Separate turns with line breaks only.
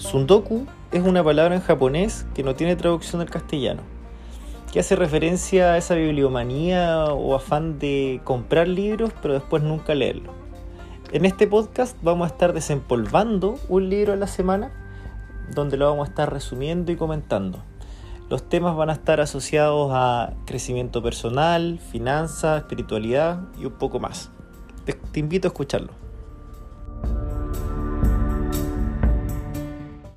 Sundoku es una palabra en japonés que no tiene traducción al castellano, que hace referencia a esa bibliomanía o afán de comprar libros pero después nunca leerlos. En este podcast vamos a estar desempolvando un libro a la semana, donde lo vamos a estar resumiendo y comentando. Los temas van a estar asociados a crecimiento personal, finanzas, espiritualidad y un poco más. Te invito a escucharlo.